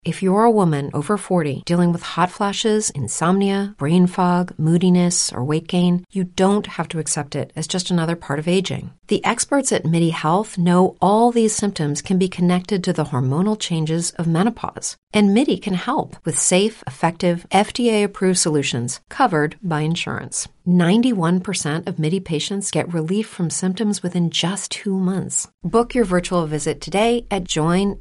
If you're a woman over 40 dealing with hot flashes, insomnia, brain fog, moodiness, or weight gain, you don't have to accept it as just another part of aging. The experts at MIDI Health know all these symptoms can be connected to the hormonal changes of menopause. And MIDI can help with safe, effective, FDA-approved solutions covered by insurance. 91% of MIDI patients get relief from symptoms within just 2 months. Book your virtual visit today at joinmidi.com.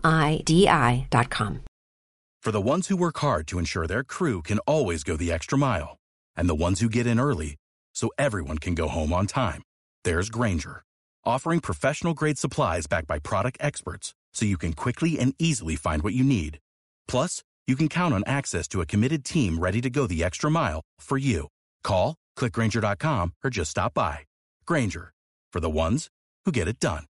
For the ones who work hard to ensure their crew can always go the extra mile, and the ones who get in early so everyone can go home on time, there's Grainger, offering professional-grade supplies backed by product experts so you can quickly and easily find what you need. Plus, you can count on access to a committed team ready to go the extra mile for you. Call, click Grainger.com, or just stop by. Grainger, for the ones who get it done.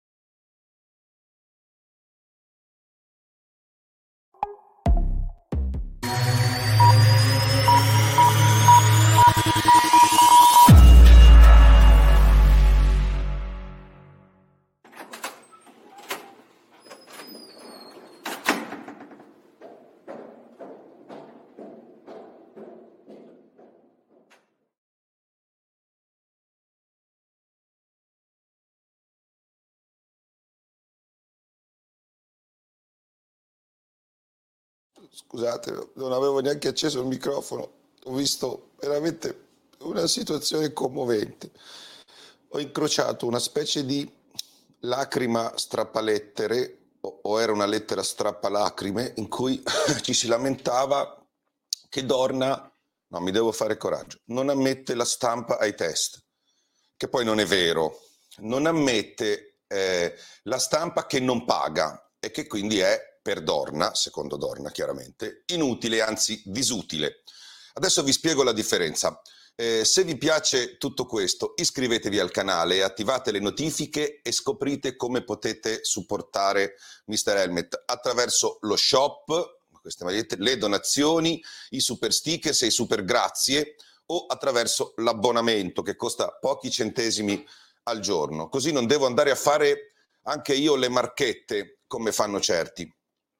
Scusate, non avevo neanche acceso il microfono, ho visto veramente una situazione commovente. Ho incrociato una specie di lacrima strappalettere, o era una lettera strappalacrime, in cui ci si lamentava che Dorna, no, mi devo fare coraggio, non ammette la stampa ai test, che poi non è vero, non ammette la stampa che non paga e che quindi è, per Dorna, secondo Dorna chiaramente, inutile, anzi disutile. Adesso vi spiego la differenza. Se vi piace tutto questo, iscrivetevi al canale, attivate le notifiche e scoprite come potete supportare Mr. Helmet attraverso lo shop, queste magliette, le donazioni, i super stickers e i super grazie, o attraverso l'abbonamento che costa pochi centesimi al giorno. Così non devo andare a fare anche io le marchette come fanno certi.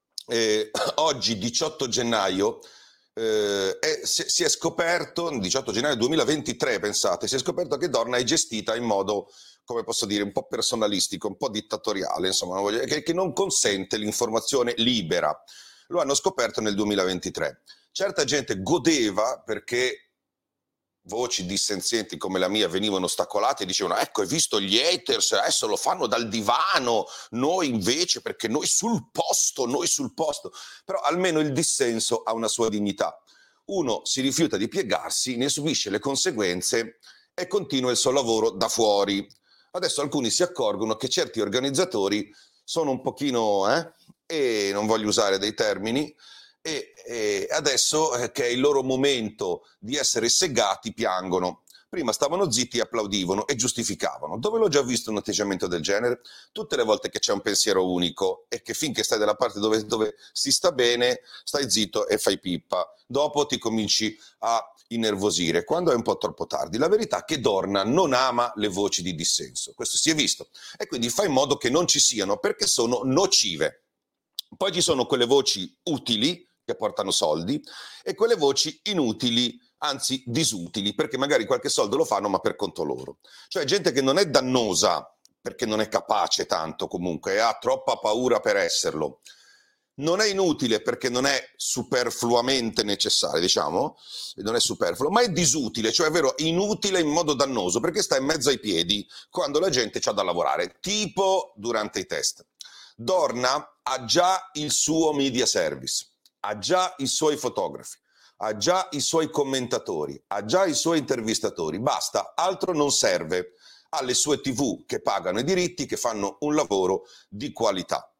Oggi 18 gennaio si è scoperto, 18 gennaio 2023 pensate, si è scoperto che Dorna è gestita in modo, come posso dire, un po' personalistico, un po' dittatoriale, insomma, che non consente l'informazione libera. Lo hanno scoperto nel 2023. Certa gente godeva perché voci dissenzienti come la mia venivano ostacolate e dicevano: ecco, hai visto gli haters, adesso lo fanno dal divano, noi invece, perché noi sul posto. Però almeno il dissenso ha una sua dignità. Uno si rifiuta di piegarsi, ne subisce le conseguenze e continua il suo lavoro da fuori. Adesso alcuni si accorgono che certi organizzatori sono un pochino, e non voglio usare dei termini, e adesso che è il loro momento di essere segati piangono. Prima stavano zitti e applaudivano e giustificavano. Dove l'ho già visto un atteggiamento del genere? Tutte le volte che c'è un pensiero unico e che finché stai dalla parte dove si sta bene, stai zitto e fai pippa. Dopo ti cominci a innervosire, quando è un po' troppo tardi. La verità è che Dorna non ama le voci di dissenso, questo si è visto, e quindi fa in modo che non ci siano perché sono nocive. Poi ci sono quelle voci utili che portano soldi e quelle voci inutili, anzi disutili, perché magari qualche soldo lo fanno ma per conto loro. Cioè gente che non è dannosa perché non è capace tanto comunque e ha troppa paura per esserlo. Non è inutile perché non è superfluamente necessario, diciamo, non è superfluo, ma è disutile, cioè è vero, inutile in modo dannoso perché sta in mezzo ai piedi quando la gente c'ha da lavorare, tipo durante i test. Dorna ha già il suo media service, ha già i suoi fotografi, ha già i suoi commentatori, ha già i suoi intervistatori, basta, altro non serve. Ha le sue TV che pagano i diritti, che fanno un lavoro di qualità.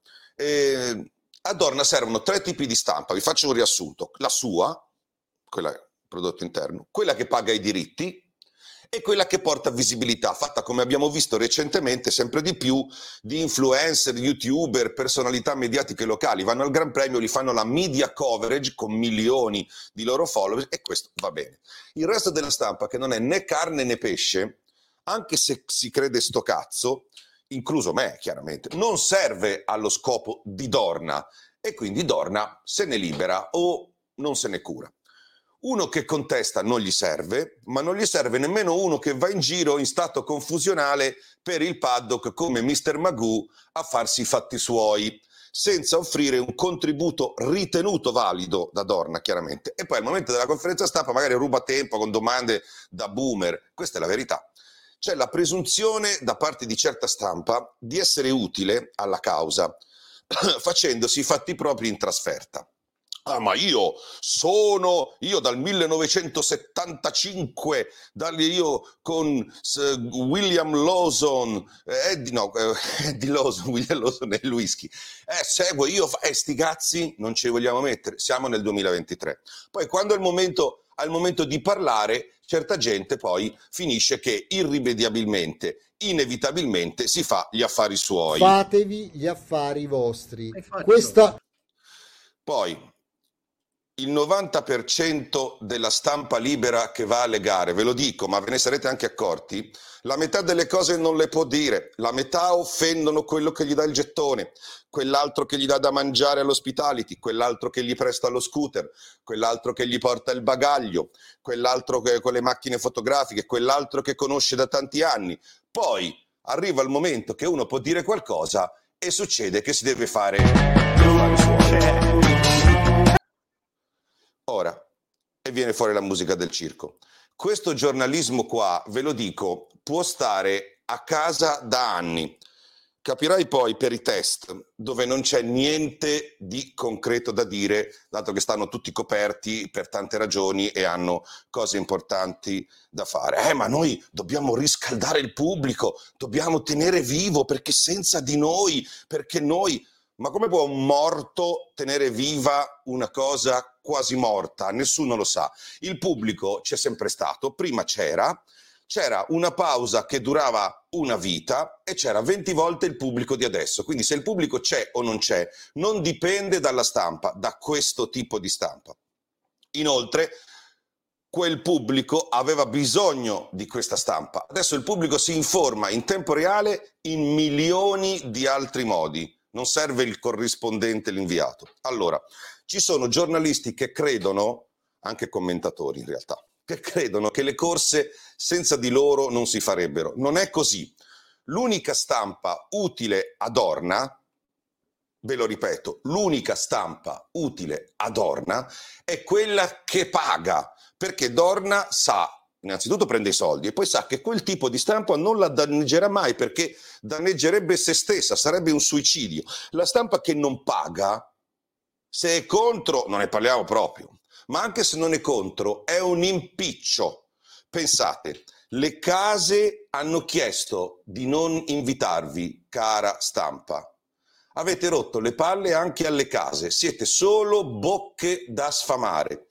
A Dorna servono 3 tipi di stampa, vi faccio un riassunto: la sua, quella prodotto interno, quella che paga i diritti e quella che porta visibilità, fatta come abbiamo visto recentemente sempre di più di influencer, youtuber, personalità mediatiche locali, vanno al Gran Premio, li fanno la media coverage con milioni di loro followers e questo va bene. Il resto della stampa, che non è né carne né pesce, anche se si crede sto cazzo, incluso me chiaramente, non serve allo scopo di Dorna e quindi Dorna se ne libera o non se ne cura. Uno che contesta non gli serve, ma non gli serve nemmeno uno che va in giro in stato confusionale per il paddock come Mr. Magoo a farsi i fatti suoi, senza offrire un contributo ritenuto valido da Dorna, chiaramente. E poi al momento della conferenza stampa magari ruba tempo con domande da boomer. Questa è la verità. C'è la presunzione da parte di certa stampa di essere utile alla causa, facendosi i fatti propri in trasferta. Ma io dal 1975, io con William Lawson, Eddie Lawson, William Lawson e il whisky, seguo io, sti cazzi non ci vogliamo mettere, siamo nel 2023. Poi quando è il momento di parlare, certa gente poi finisce che irrimediabilmente, inevitabilmente si fa gli affari suoi. Fatevi gli affari vostri. Questa... Poi il 90% della stampa libera che va alle gare, ve lo dico, ma ve ne sarete anche accorti, la metà delle cose non le può dire, la metà offendono quello che gli dà il gettone, quell'altro che gli dà da mangiare all'hospitality, quell'altro che gli presta lo scooter, quell'altro che gli porta il bagaglio, quell'altro che con le macchine fotografiche, quell'altro che conosce da tanti anni. Poi arriva il momento che uno può dire qualcosa e succede che si deve fare ora, e viene fuori la musica del circo. Questo giornalismo qua, ve lo dico, può stare a casa da anni. Capirai poi per i test, dove non c'è niente di concreto da dire, dato che stanno tutti coperti per tante ragioni e hanno cose importanti da fare. Ma noi dobbiamo riscaldare il pubblico, dobbiamo tenere vivo, perché senza di noi, perché noi... Ma come può un morto tenere viva una cosa quasi morta? Nessuno lo sa. Il pubblico c'è sempre stato, prima c'era una pausa che durava una vita e c'era 20 volte il pubblico di adesso. Quindi se il pubblico c'è o non c'è, non dipende dalla stampa, da questo tipo di stampa. Inoltre, quel pubblico aveva bisogno di questa stampa. Adesso il pubblico si informa in tempo reale in milioni di altri modi. Non serve il corrispondente, l'inviato. Allora, ci sono giornalisti che credono, anche commentatori in realtà, che credono che le corse senza di loro non si farebbero. Non è così. L'unica stampa utile a Dorna, ve lo ripeto, l'unica stampa utile a Dorna è quella che paga, perché Dorna sa, innanzitutto prende i soldi e poi sa che quel tipo di stampa non la danneggerà mai, perché danneggerebbe se stessa, sarebbe un suicidio. La stampa che non paga, se è contro, non ne parliamo proprio, ma anche se non è contro, è un impiccio. Pensate, le case hanno chiesto di non invitarvi, cara stampa. Avete rotto le palle anche alle case, siete solo bocche da sfamare.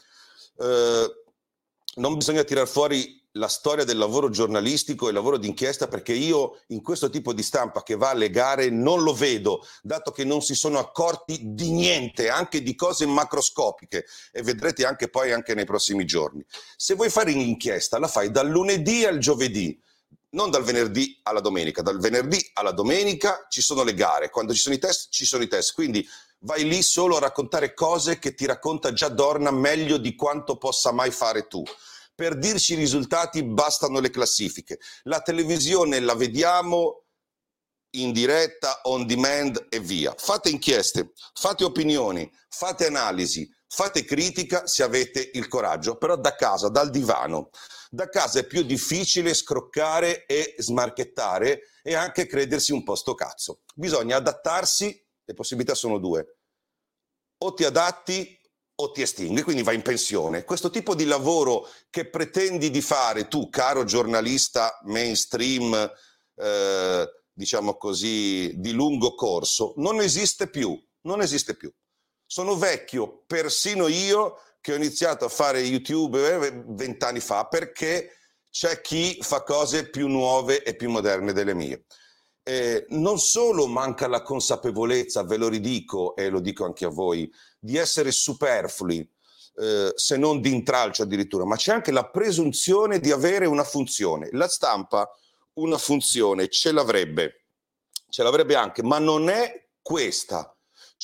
Non bisogna tirar fuori la storia del lavoro giornalistico e il lavoro d'inchiesta, perché io in questo tipo di stampa che va alle gare non lo vedo, dato che non si sono accorti di niente, anche di cose macroscopiche, e vedrete anche poi anche nei prossimi giorni. Se vuoi fare un'inchiesta la fai dal lunedì al giovedì, non dal venerdì alla domenica. Dal venerdì alla domenica ci sono le gare, quando ci sono i test ci sono i test, quindi vai lì solo a raccontare cose che ti racconta già Dorna meglio di quanto possa mai fare tu. Per dirci i risultati bastano le classifiche. La televisione la vediamo in diretta, on demand e via. Fate inchieste, fate opinioni, fate analisi, fate critica se avete il coraggio, però da casa, dal divano. Da casa è più difficile scroccare e smarchettare e anche credersi un po' sto cazzo. Bisogna adattarsi, le possibilità sono due. O ti adatti o ti estingui, quindi vai in pensione. Questo tipo di lavoro che pretendi di fare tu, caro giornalista mainstream, diciamo così, di lungo corso, non esiste più, non esiste più. Sono vecchio, persino io, che ho iniziato a fare YouTube 20 anni fa, perché c'è chi fa cose più nuove e più moderne delle mie. Non solo manca la consapevolezza, ve lo ridico e lo dico anche a voi, di essere superflui, se non di intralcio addirittura, ma c'è anche la presunzione di avere una funzione. La stampa una funzione ce l'avrebbe anche, ma non è questa. Cioè,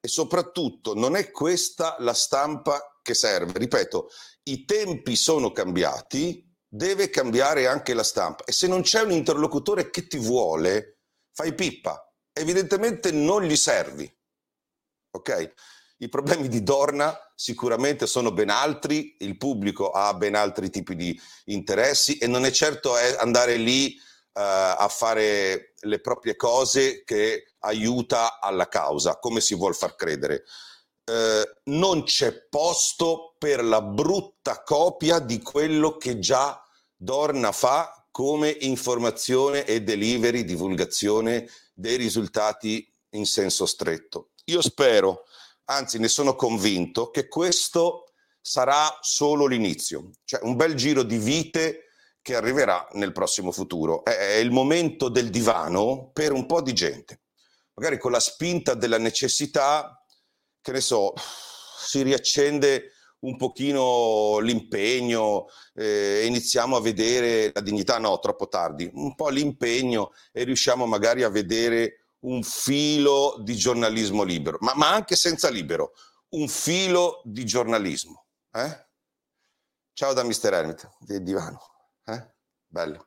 e soprattutto non è questa la stampa che serve. Ripeto, i tempi sono cambiati, deve cambiare anche la stampa, e se non c'è un interlocutore che ti vuole, fai pippa, evidentemente non gli servi, ok? I problemi di Dorna sicuramente sono ben altri, il pubblico ha ben altri tipi di interessi e non è certo andare lì a fare le proprie cose che aiuta alla causa, come si vuol far credere. Non c'è posto per la brutta copia di quello che già Dorna fa come informazione e delivery, divulgazione dei risultati in senso stretto. Io spero, anzi ne sono convinto, che questo sarà solo l'inizio, cioè un bel giro di vite che arriverà nel prossimo futuro. È il momento del divano per un po' di gente, magari con la spinta della necessità, che ne so, si riaccende un pochino l'impegno, iniziamo a vedere la dignità, no, troppo tardi, un po' l'impegno e riusciamo magari a vedere un filo di giornalismo libero, ma anche senza libero, un filo di giornalismo. Ciao da Mr. Hermit, del divano. Bello.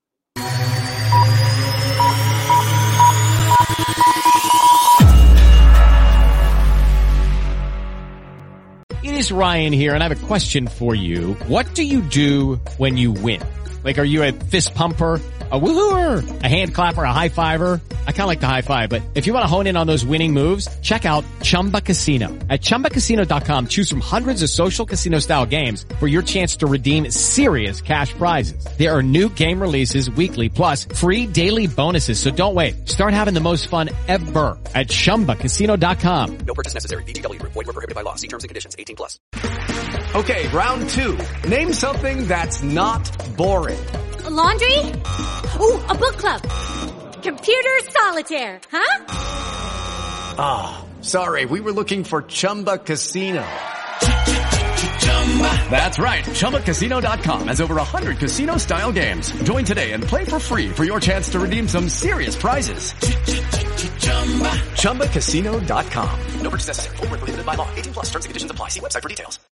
It is Ryan here, and I have a question for you. What do you do when you win? Like, are you a fist pumper, a woo-hooer, a hand clapper, a high-fiver? I kind of like the high-five, but if you want to hone in on those winning moves, check out Chumba Casino. At ChumbaCasino.com, choose from hundreds of social casino-style games for your chance to redeem serious cash prizes. There are new game releases weekly, plus free daily bonuses, so don't wait. Start having the most fun ever at ChumbaCasino.com. No purchase necessary. VGW. Void where prohibited by law. See terms and conditions. 18+. Okay, round two. Name something that's not boring. A laundry? Ooh, a book club. Computer solitaire, huh? Ah, sorry, we were looking for Chumba Casino. That's right, ChumbaCasino.com has over 100 casino-style games. Join today and play for free for your chance to redeem some serious prizes. ChumbaCasino.com. No purchase necessary. Void where prohibited by law. 18+. Terms and conditions apply. See website for details.